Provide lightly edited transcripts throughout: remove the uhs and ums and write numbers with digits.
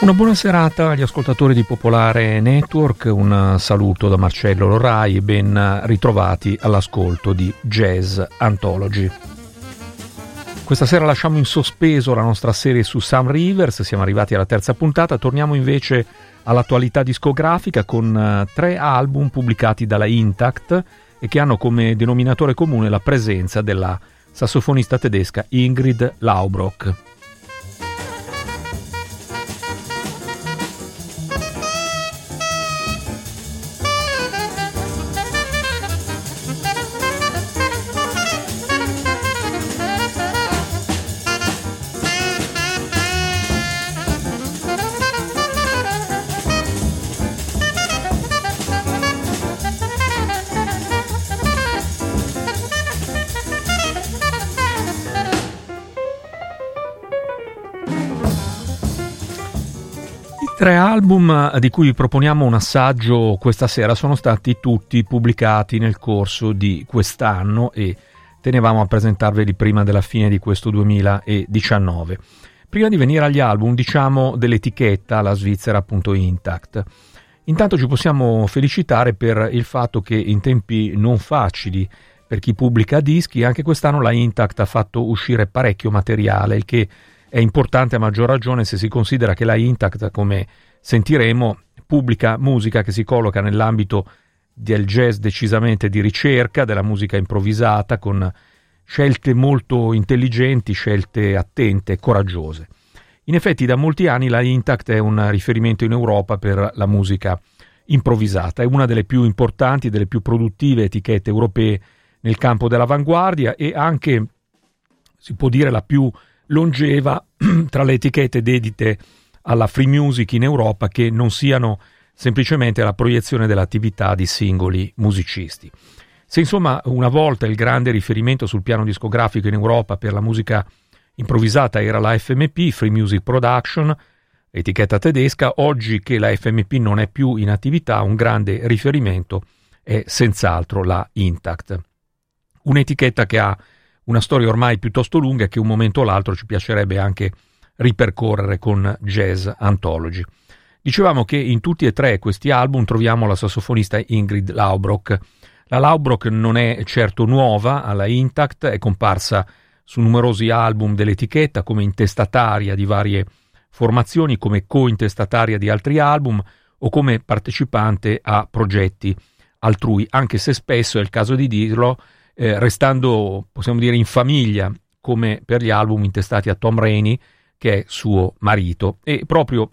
Una buona serata agli ascoltatori di Popolare Network, un saluto da Marcello Lorai e ben ritrovati all'ascolto di Jazz Anthology. Questa sera lasciamo in sospeso la nostra serie su Sam Rivers, siamo arrivati alla terza puntata, torniamo invece all'attualità discografica con 3 album pubblicati dalla Intact e che hanno come denominatore comune la presenza della sassofonista tedesca Ingrid Laubrock. I 3 album di cui vi proponiamo un assaggio questa sera sono stati tutti pubblicati nel corso di quest'anno e tenevamo a presentarveli prima della fine di questo 2019. Prima di venire agli album diciamo dell'etichetta, la svizzera appunto Intact. Intanto ci possiamo felicitare per il fatto che in tempi non facili per chi pubblica dischi, anche quest'anno la Intact ha fatto uscire parecchio materiale, il che è importante a maggior ragione se si considera che la Intact, come sentiremo, pubblica musica che si colloca nell'ambito del jazz decisamente di ricerca, della musica improvvisata, con scelte molto intelligenti, scelte attente, coraggiose. In effetti da molti anni la Intact è un riferimento in Europa per la musica improvvisata, è una delle più importanti, delle più produttive etichette europee nel campo dell'avanguardia e anche, si può dire, la più longeva tra le etichette dedite alla free music in Europa che non siano semplicemente la proiezione dell'attività di singoli musicisti. Se insomma una volta il grande riferimento sul piano discografico in Europa per la musica improvvisata era la FMP, Free Music Production, etichetta tedesca, oggi che la FMP non è più in attività un grande riferimento è senz'altro la Intact. Un'etichetta che ha una storia ormai piuttosto lunga che un momento o l'altro ci piacerebbe anche ripercorrere con Jazz Anthology. Dicevamo che in tutti e 3 questi album troviamo la sassofonista Ingrid Laubrock. La Laubrock non è certo nuova alla Intact, è comparsa su numerosi album dell'etichetta come intestataria di varie formazioni, come co-intestataria di altri album o come partecipante a progetti altrui, anche se spesso, è il caso di dirlo, restando, possiamo dire, in famiglia, come per gli album intestati a Tom Rainey, che è suo marito. E proprio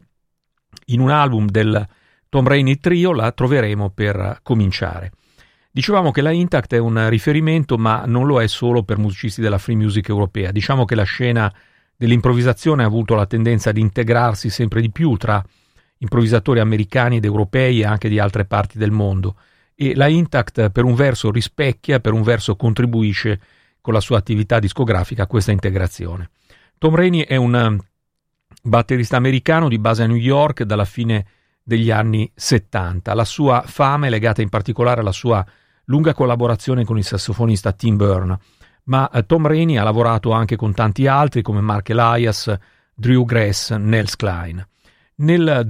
in un album del Tom Rainey Trio la troveremo per cominciare. Dicevamo che la Intact è un riferimento, ma non lo è solo per musicisti della free music europea. Diciamo che la scena dell'improvvisazione ha avuto la tendenza di integrarsi sempre di più tra improvvisatori americani ed europei e anche di altre parti del mondo. E la Intact per un verso rispecchia, per un verso contribuisce con la sua attività discografica a questa integrazione. Tom Rainey è un batterista americano di base a New York dalla fine degli anni 70. La sua fama è legata in particolare alla sua lunga collaborazione con il sassofonista Tim Byrne, ma Tom Rainey ha lavorato anche con tanti altri come Mark Elias, Drew Grass, Nels Cline. Nel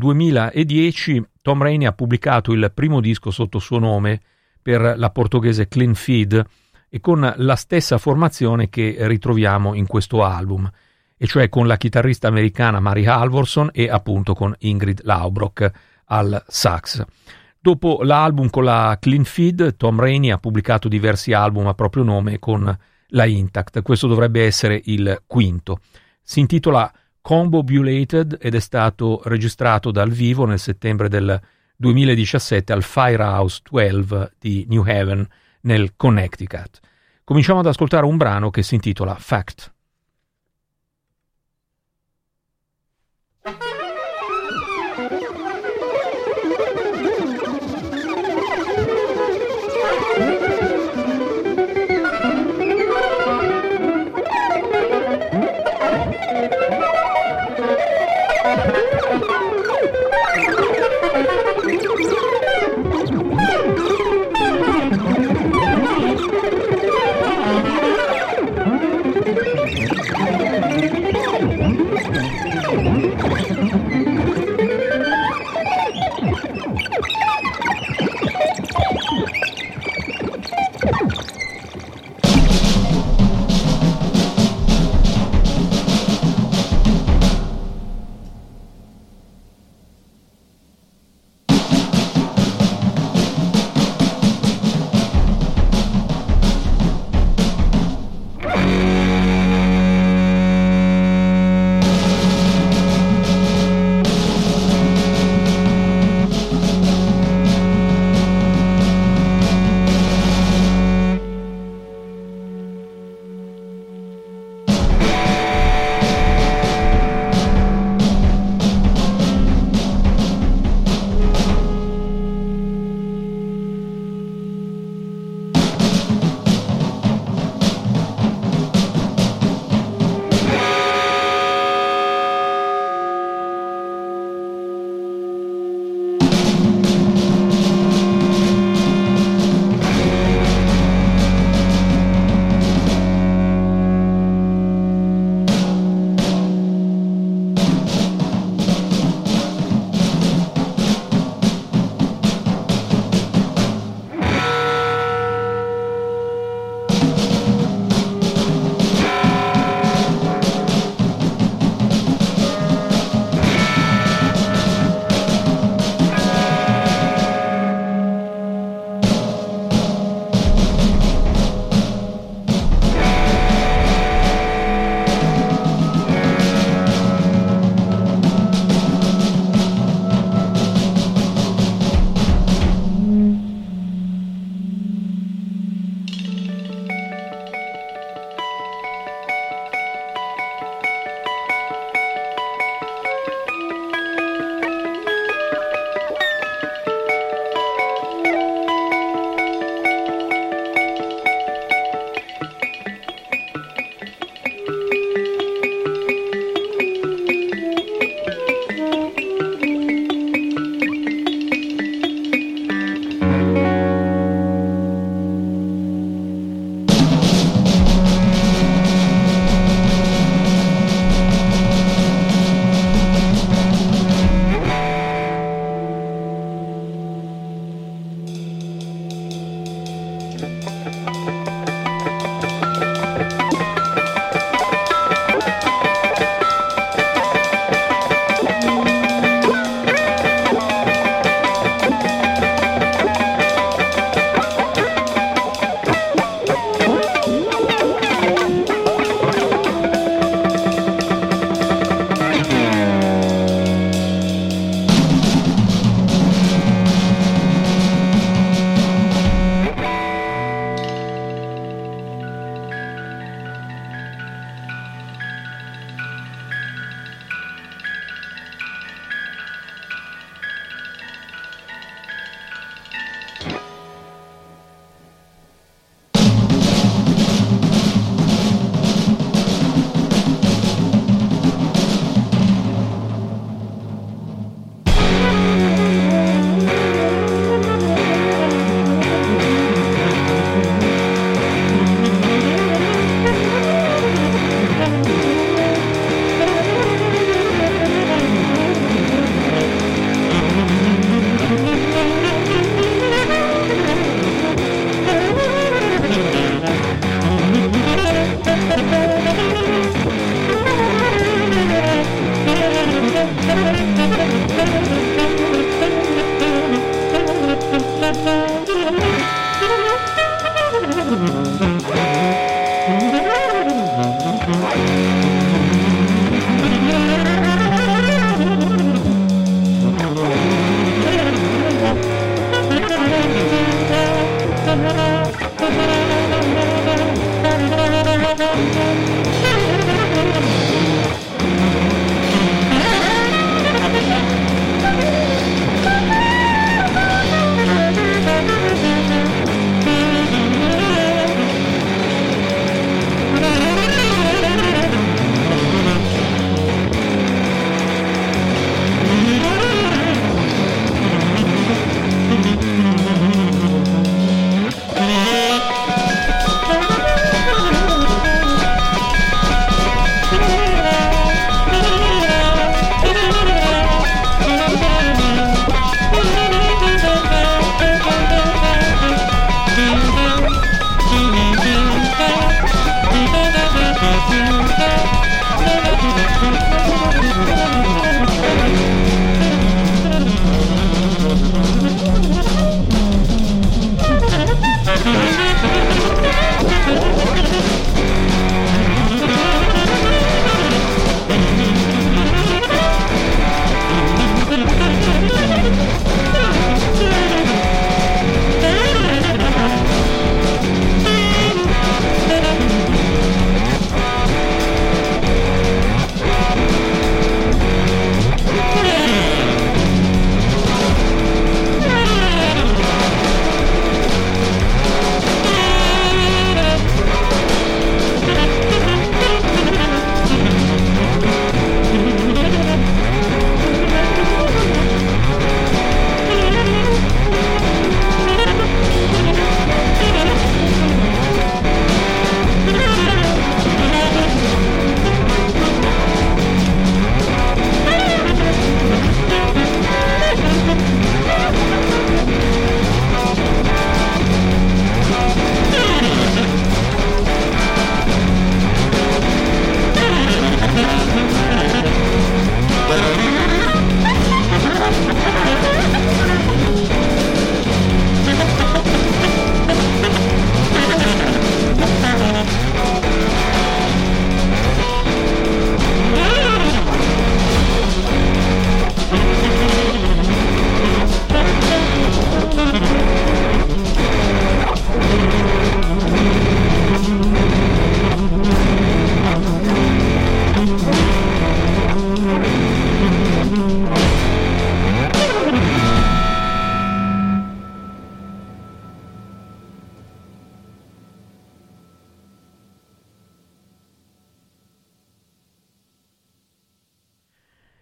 2010 Tom Rainey ha pubblicato il primo disco sotto suo nome per la portoghese Clean Feed e con la stessa formazione che ritroviamo in questo album, e cioè con la chitarrista americana Mary Halvorson e appunto con Ingrid Laubrock al sax. Dopo l'album con la Clean Feed, Tom Rainey ha pubblicato diversi album a proprio nome con la Intact. Questo dovrebbe essere il quinto. Si intitola Combobulated ed è stato registrato dal vivo nel settembre del 2017 al Firehouse 12 di New Haven nel Connecticut. Cominciamo ad ascoltare un brano che si intitola Fact.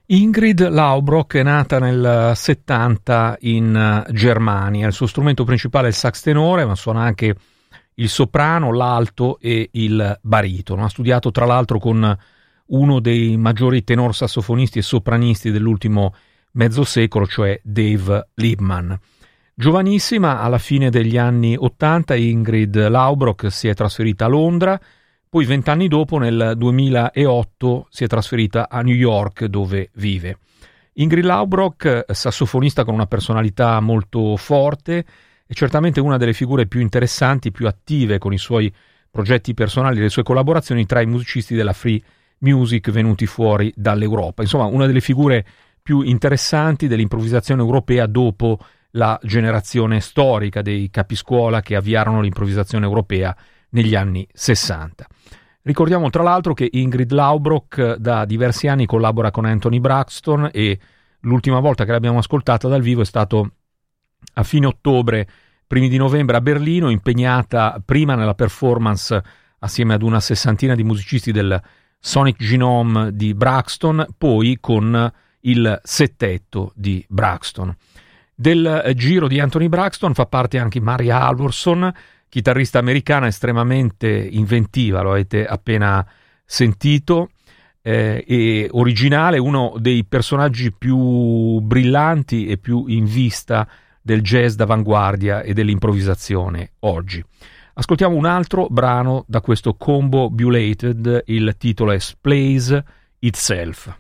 Ingrid Laubrock è nata nel 70 in Germania. Il suo strumento principale è il sax tenore, ma suona anche il soprano, l'alto e il baritono. Ha studiato tra l'altro con uno dei maggiori tenor sassofonisti e sopranisti dell'ultimo mezzo secolo, cioè Dave Liebman. Giovanissima, alla fine degli anni 80, Ingrid Laubrock si è trasferita a Londra. Poi 20 anni dopo, nel 2008, si è trasferita a New York, dove vive. Ingrid Laubrock, sassofonista con una personalità molto forte, è certamente una delle figure più interessanti, più attive con i suoi progetti personali e le sue collaborazioni tra i musicisti della free music venuti fuori dall'Europa. Insomma, una delle figure più interessanti dell'improvvisazione europea dopo la generazione storica dei capiscuola che avviarono l'improvvisazione europea negli anni 60. Ricordiamo tra l'altro che Ingrid Laubrock da diversi anni collabora con Anthony Braxton e l'ultima volta che l'abbiamo ascoltata dal vivo è stato a fine ottobre, primi di novembre a Berlino, impegnata prima nella performance assieme ad una sessantina di musicisti del Sonic Genome di Braxton, poi con il settetto di Braxton. Del giro di Anthony Braxton fa parte anche Maria Halvorson, chitarrista americana estremamente inventiva, lo avete appena sentito, e originale, uno dei personaggi più brillanti e più in vista del jazz d'avanguardia e dell'improvvisazione oggi. Ascoltiamo un altro brano da questo combo Bulated, il titolo è Plays Itself.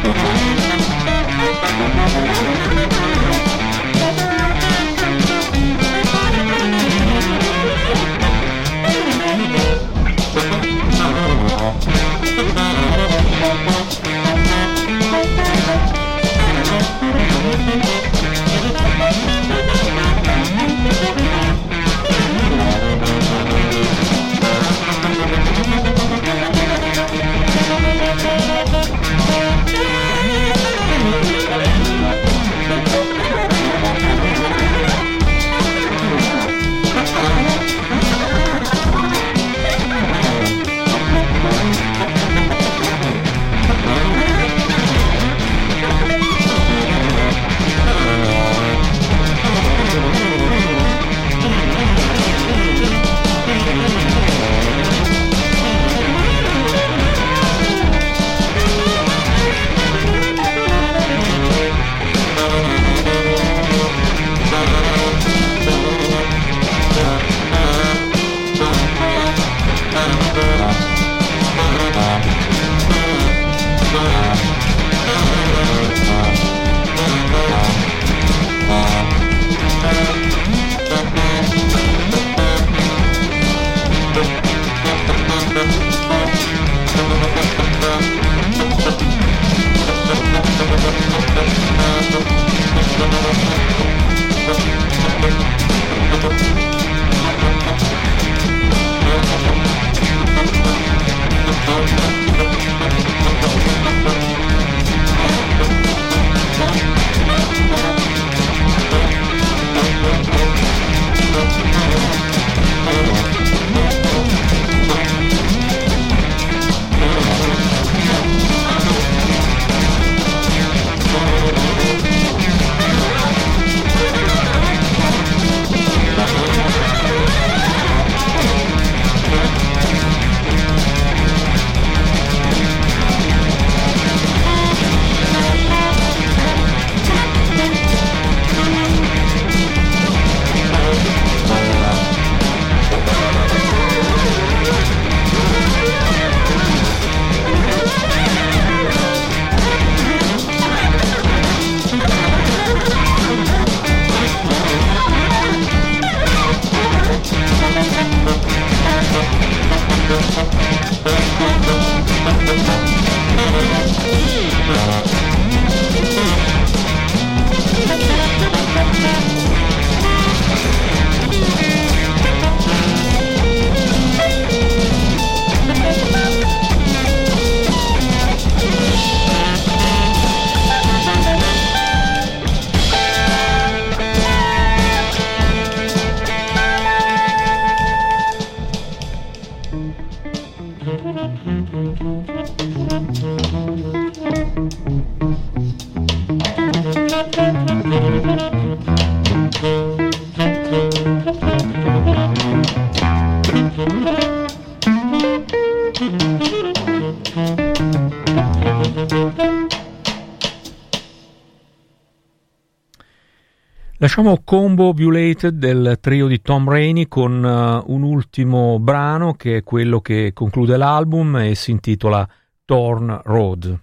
Lasciamo Combo Violated del trio di Tom Rainey con un ultimo brano che è quello che conclude l'album e si intitola Torn Road.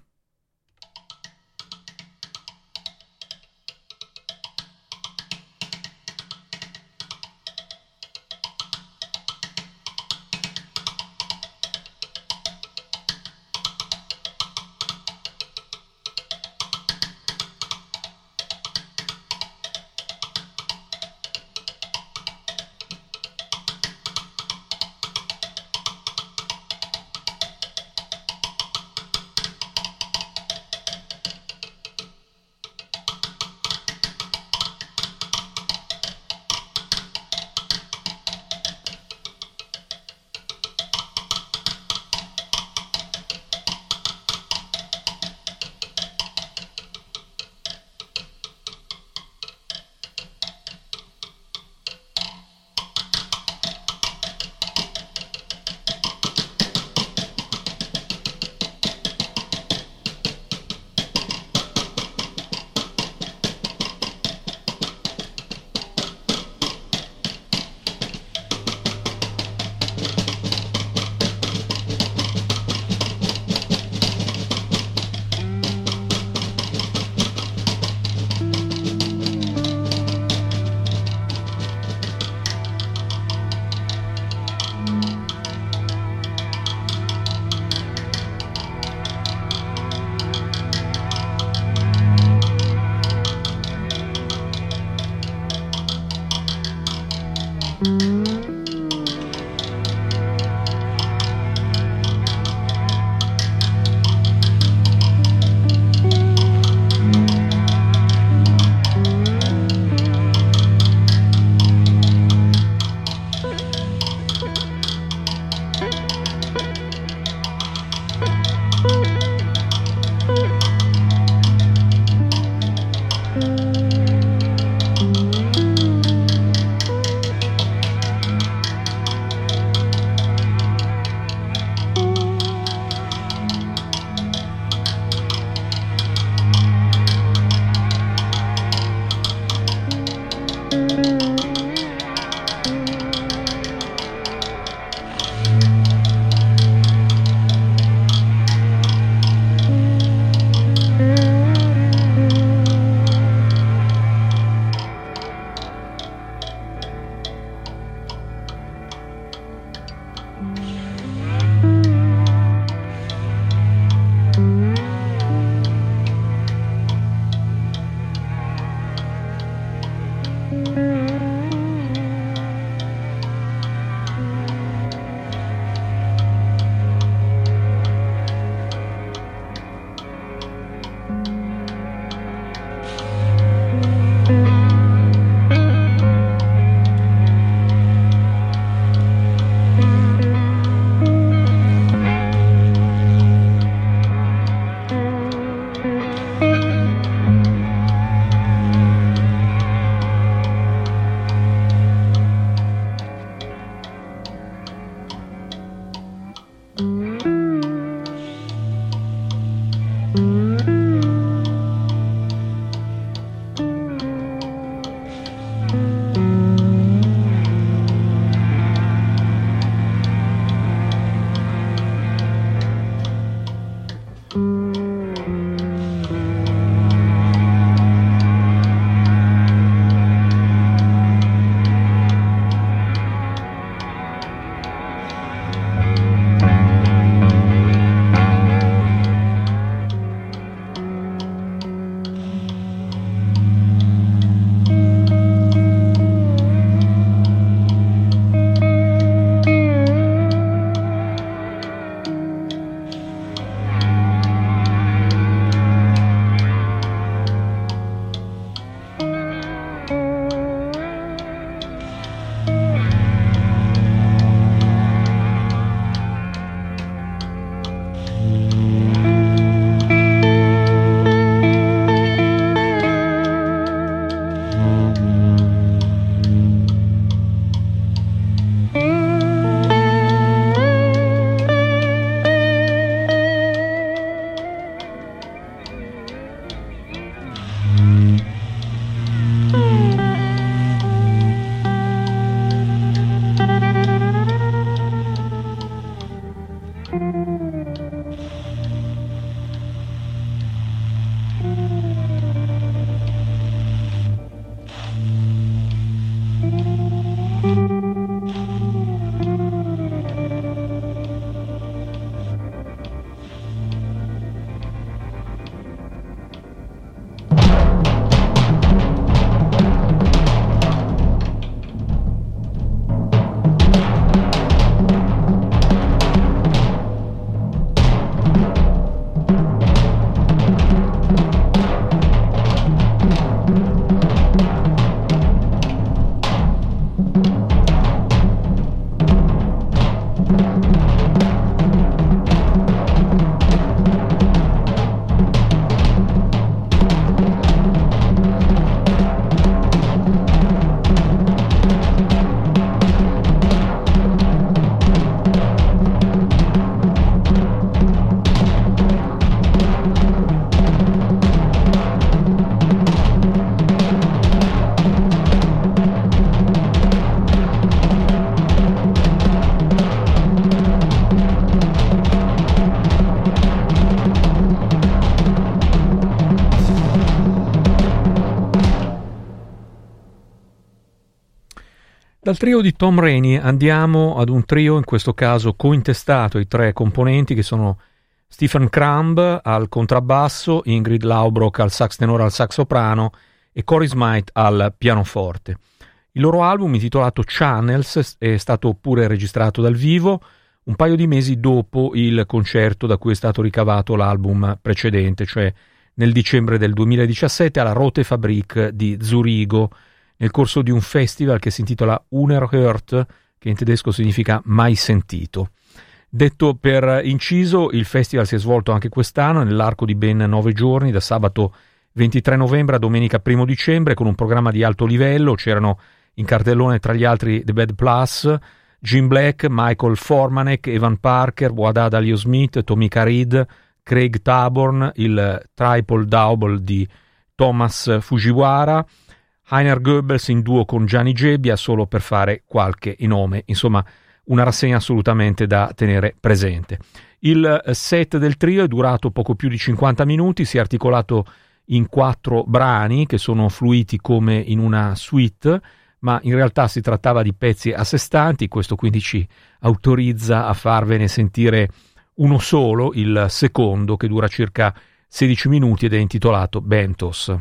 Dal trio di Tom Rainey andiamo ad un trio, in questo caso cointestato ai tre componenti, che sono Stephen Crumb al contrabbasso, Ingrid Laubrock al sax tenore e al sax soprano e Cory Smythe al pianoforte. Il loro album, intitolato Channels, è stato pure registrato dal vivo un paio di mesi dopo il concerto da cui è stato ricavato l'album precedente, cioè nel dicembre del 2017 alla Rote Fabrik di Zurigo, nel corso di un festival che si intitola Unerhört, che in tedesco significa mai sentito. Detto per inciso, il festival si è svolto anche quest'anno nell'arco di ben 9 giorni, da sabato 23 novembre a domenica 1 dicembre, con un programma di alto livello. C'erano in cartellone tra gli altri The Bad Plus, Jim Black, Michael Formanek, Evan Parker, Wadad Alio-Smith, Tomika Reed, Craig Taborn, il triple double di Thomas Fujiwara, Heiner Goebbels in duo con Gianni Gebbia, solo per fare qualche nome. Insomma, una rassegna assolutamente da tenere presente. Il set del trio è durato poco più di 50 minuti, si è articolato in 4 brani che sono fluiti come in una suite, ma in realtà si trattava di pezzi a sé stanti. Questo quindi ci autorizza a farvene sentire uno solo, il secondo, che dura circa 16 minuti ed è intitolato Bentos.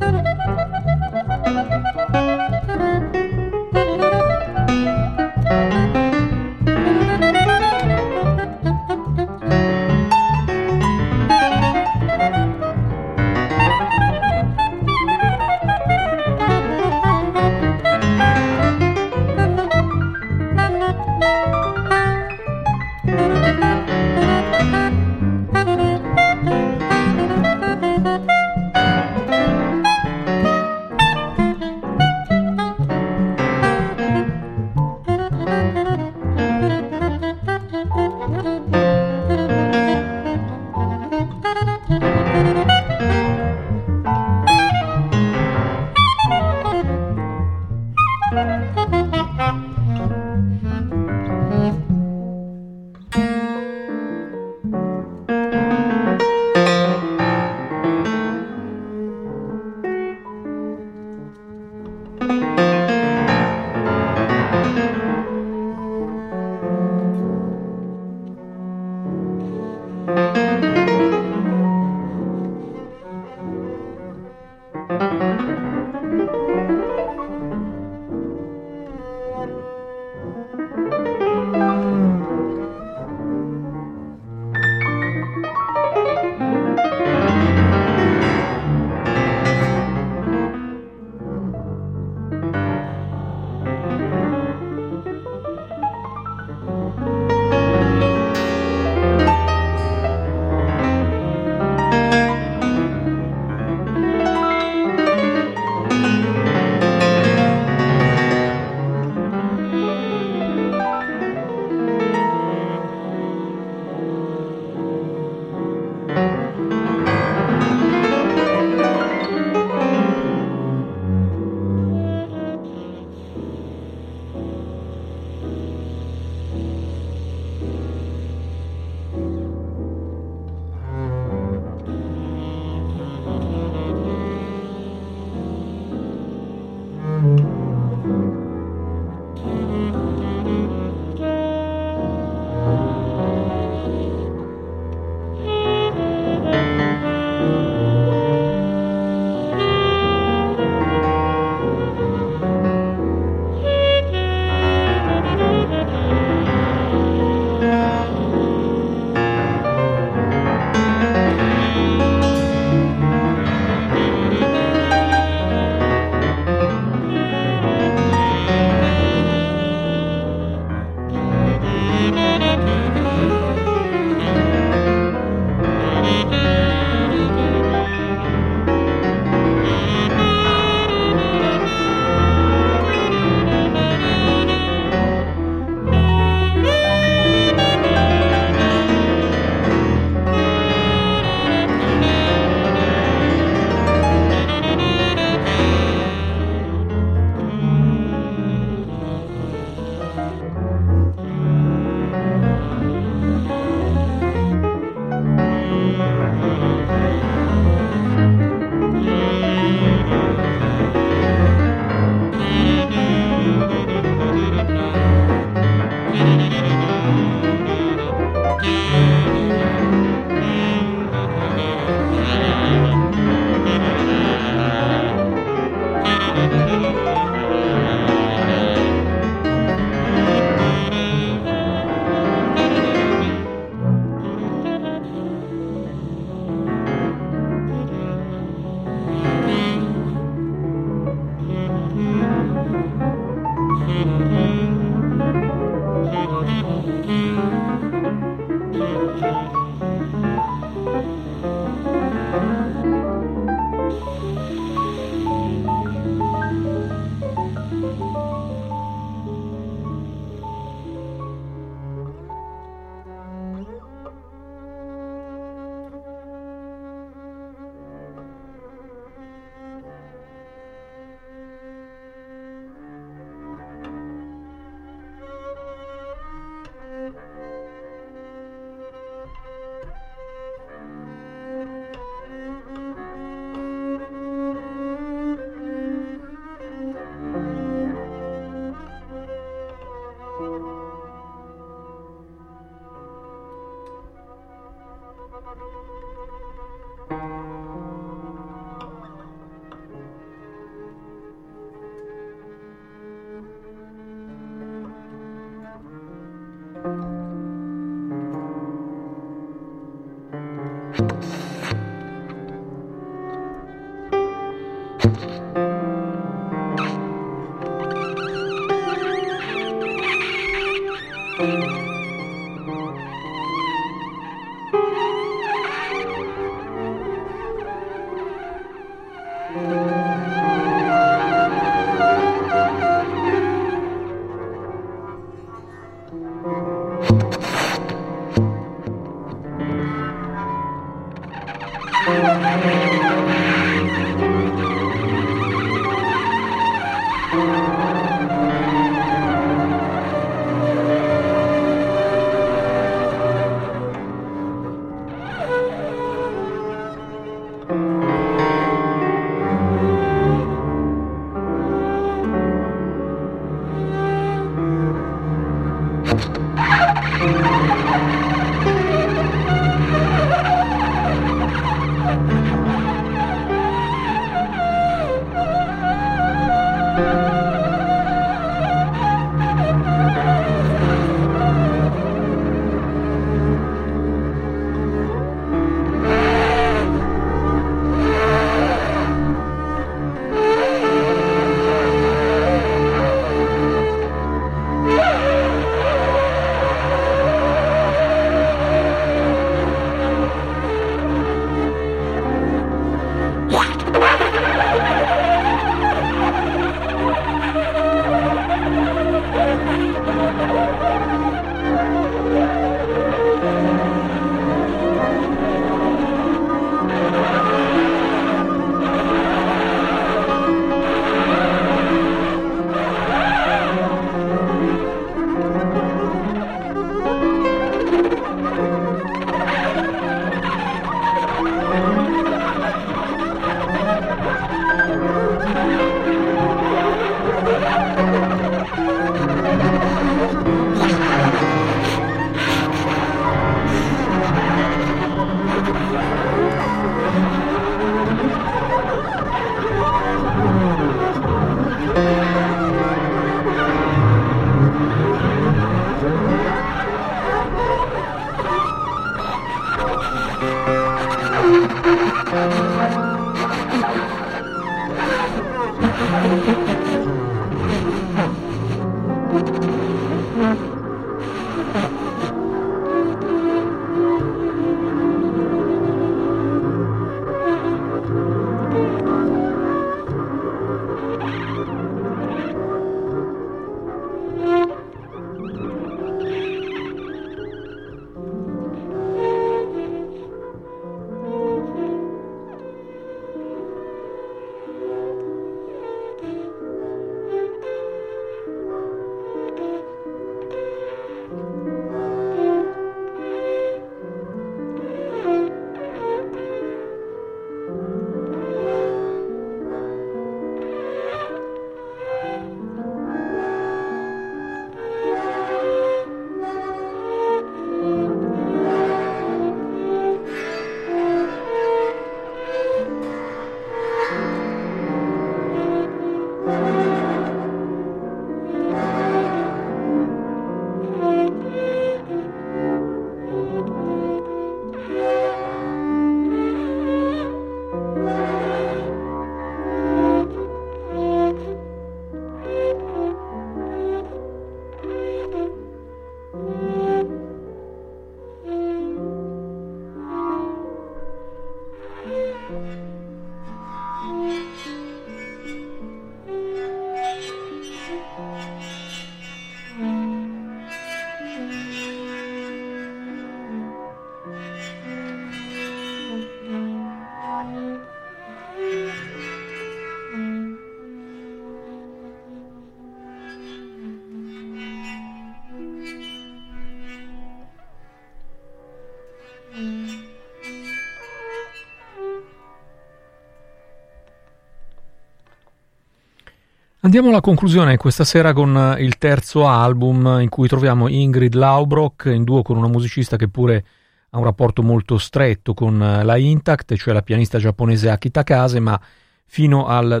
Andiamo alla conclusione questa sera con il terzo album in cui troviamo Ingrid Laubrock in duo con una musicista che pure ha un rapporto molto stretto con la Intact, cioè la pianista giapponese Aki Takase, ma fino al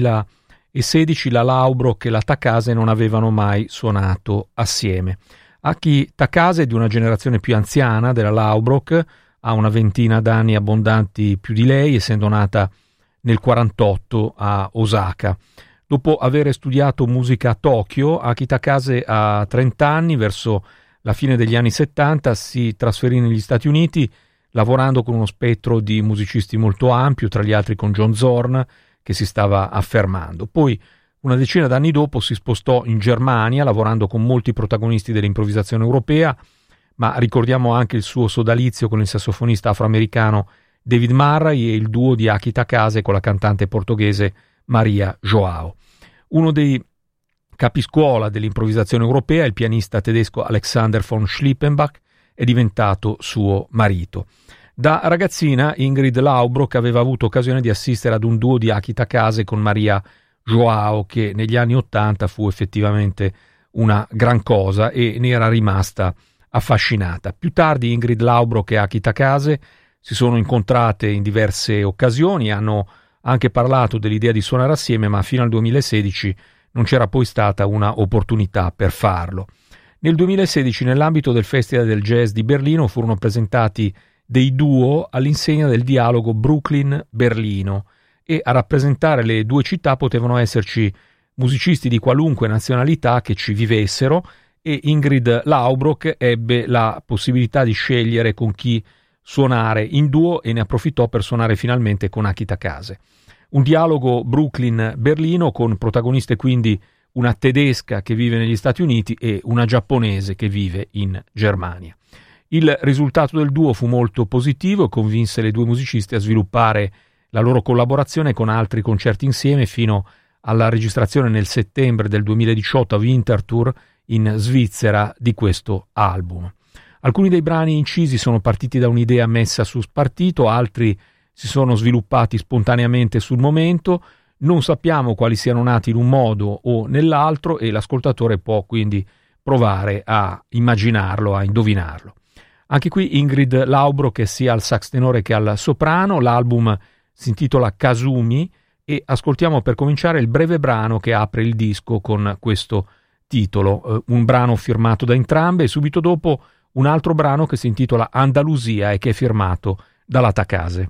2016 la Laubrock e la Takase non avevano mai suonato assieme. Aki Takase è di una generazione più anziana della Laubrock, ha una ventina d'anni abbondanti più di lei, essendo nata nel 1948 a Osaka. Dopo aver studiato musica a Tokyo, Aki Takase a 30 anni, verso la fine degli anni 70, si trasferì negli Stati Uniti, lavorando con uno spettro di musicisti molto ampio, tra gli altri con John Zorn, che si stava affermando. Poi, una decina d'anni dopo, si spostò in Germania, lavorando con molti protagonisti dell'improvvisazione europea, ma ricordiamo anche il suo sodalizio con il sassofonista afroamericano David Murray e il duo di Aki Takase con la cantante portoghese Maria Joao. Uno dei capiscuola dell'improvvisazione europea, il pianista tedesco Alexander von Schlippenbach, è diventato suo marito. Da ragazzina Ingrid Laubrock aveva avuto occasione di assistere ad un duo di Aki Takase con Maria Joao, che negli anni '80 fu effettivamente una gran cosa e ne era rimasta affascinata. Più tardi Ingrid Laubrock e Aki Takase si sono incontrate in diverse occasioni, hanno anche parlato dell'idea di suonare assieme, ma fino al 2016 non c'era poi stata una opportunità per farlo. Nel 2016, nell'ambito del Festival del Jazz di Berlino, furono presentati dei duo all'insegna del dialogo Brooklyn-Berlino e a rappresentare le due città potevano esserci musicisti di qualunque nazionalità che ci vivessero, e Ingrid Laubrock ebbe la possibilità di scegliere con chi suonare in duo e ne approfittò per suonare finalmente con Aki Takase. Un dialogo Brooklyn-Berlino con protagoniste quindi una tedesca che vive negli Stati Uniti e una giapponese che vive in Germania. Il risultato del duo fu molto positivo e convinse le due musiciste a sviluppare la loro collaborazione con altri concerti insieme fino alla registrazione nel settembre del 2018 a Winterthur in Svizzera di questo album. Alcuni dei brani incisi sono partiti da un'idea messa su spartito, altri si sono sviluppati spontaneamente sul momento, non sappiamo quali siano nati in un modo o nell'altro e l'ascoltatore può quindi provare a immaginarlo, a indovinarlo. Anche qui Ingrid Laubrock è sia al sax tenore che al soprano, l'album si intitola Kazumi e ascoltiamo per cominciare il breve brano che apre il disco con questo titolo, un brano firmato da entrambe e subito dopo un altro brano che si intitola Andalusia e che è firmato dalla Takase.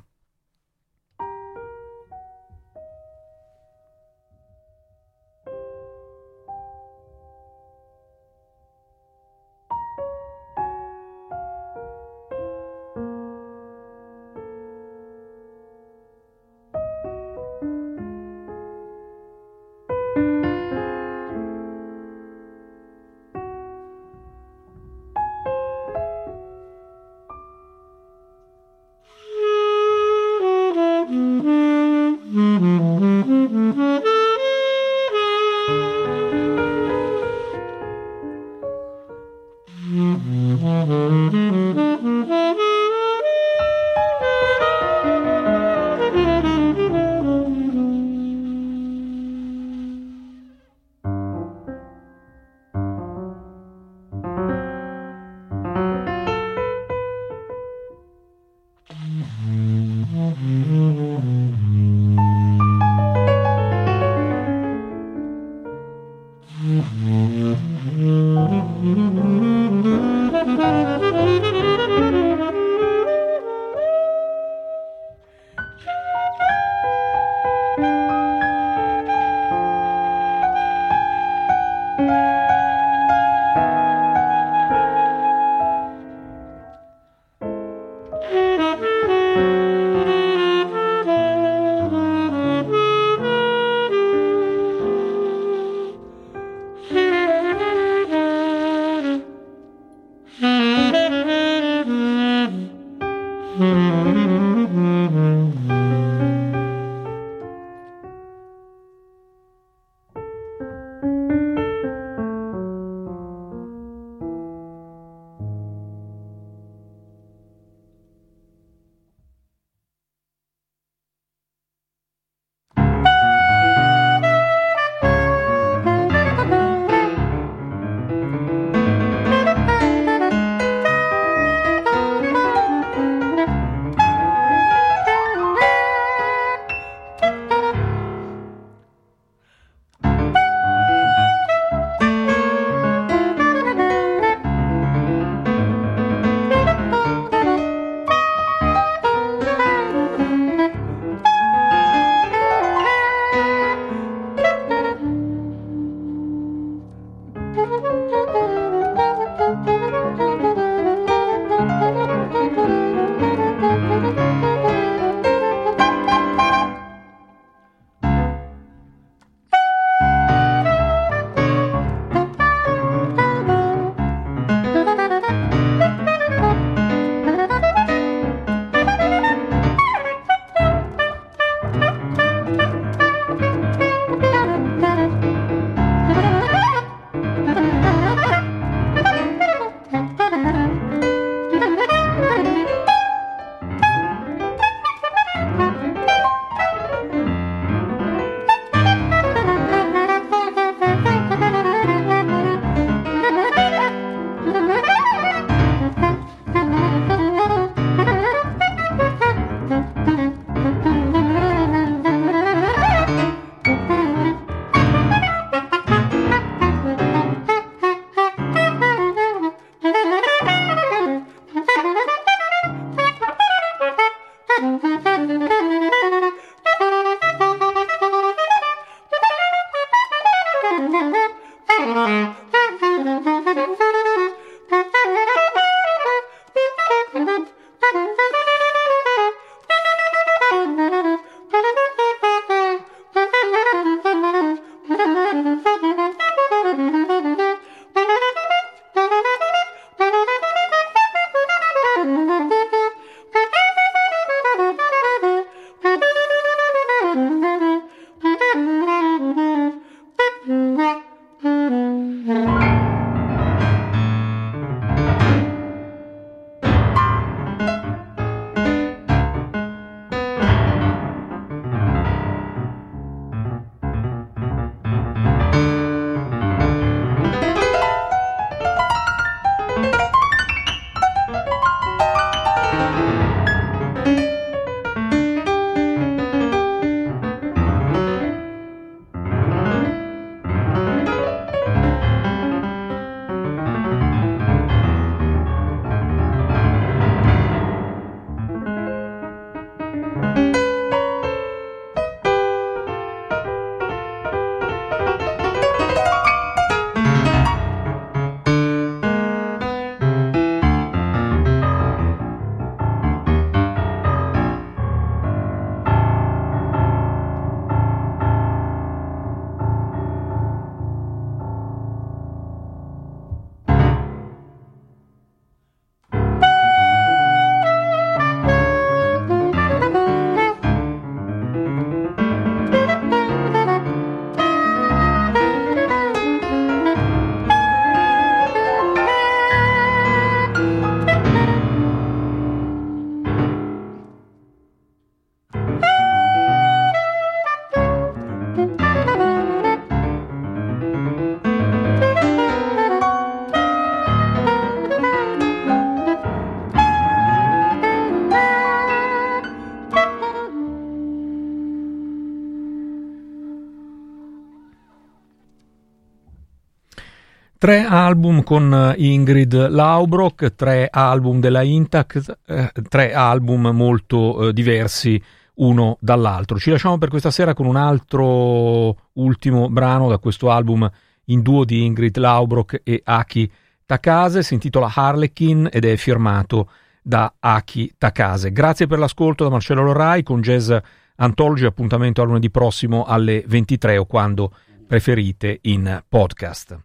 3 album con Ingrid Laubrock, 3 album della Intact, 3 album molto diversi uno dall'altro. Ci lasciamo per questa sera con un altro ultimo brano da questo album in duo di Ingrid Laubrock e Aki Takase, si intitola Harlequin ed è firmato da Aki Takase. Grazie per l'ascolto da Marcello Lorrai con Jazz Anthology, appuntamento a lunedì prossimo alle 23 o quando preferite in podcast.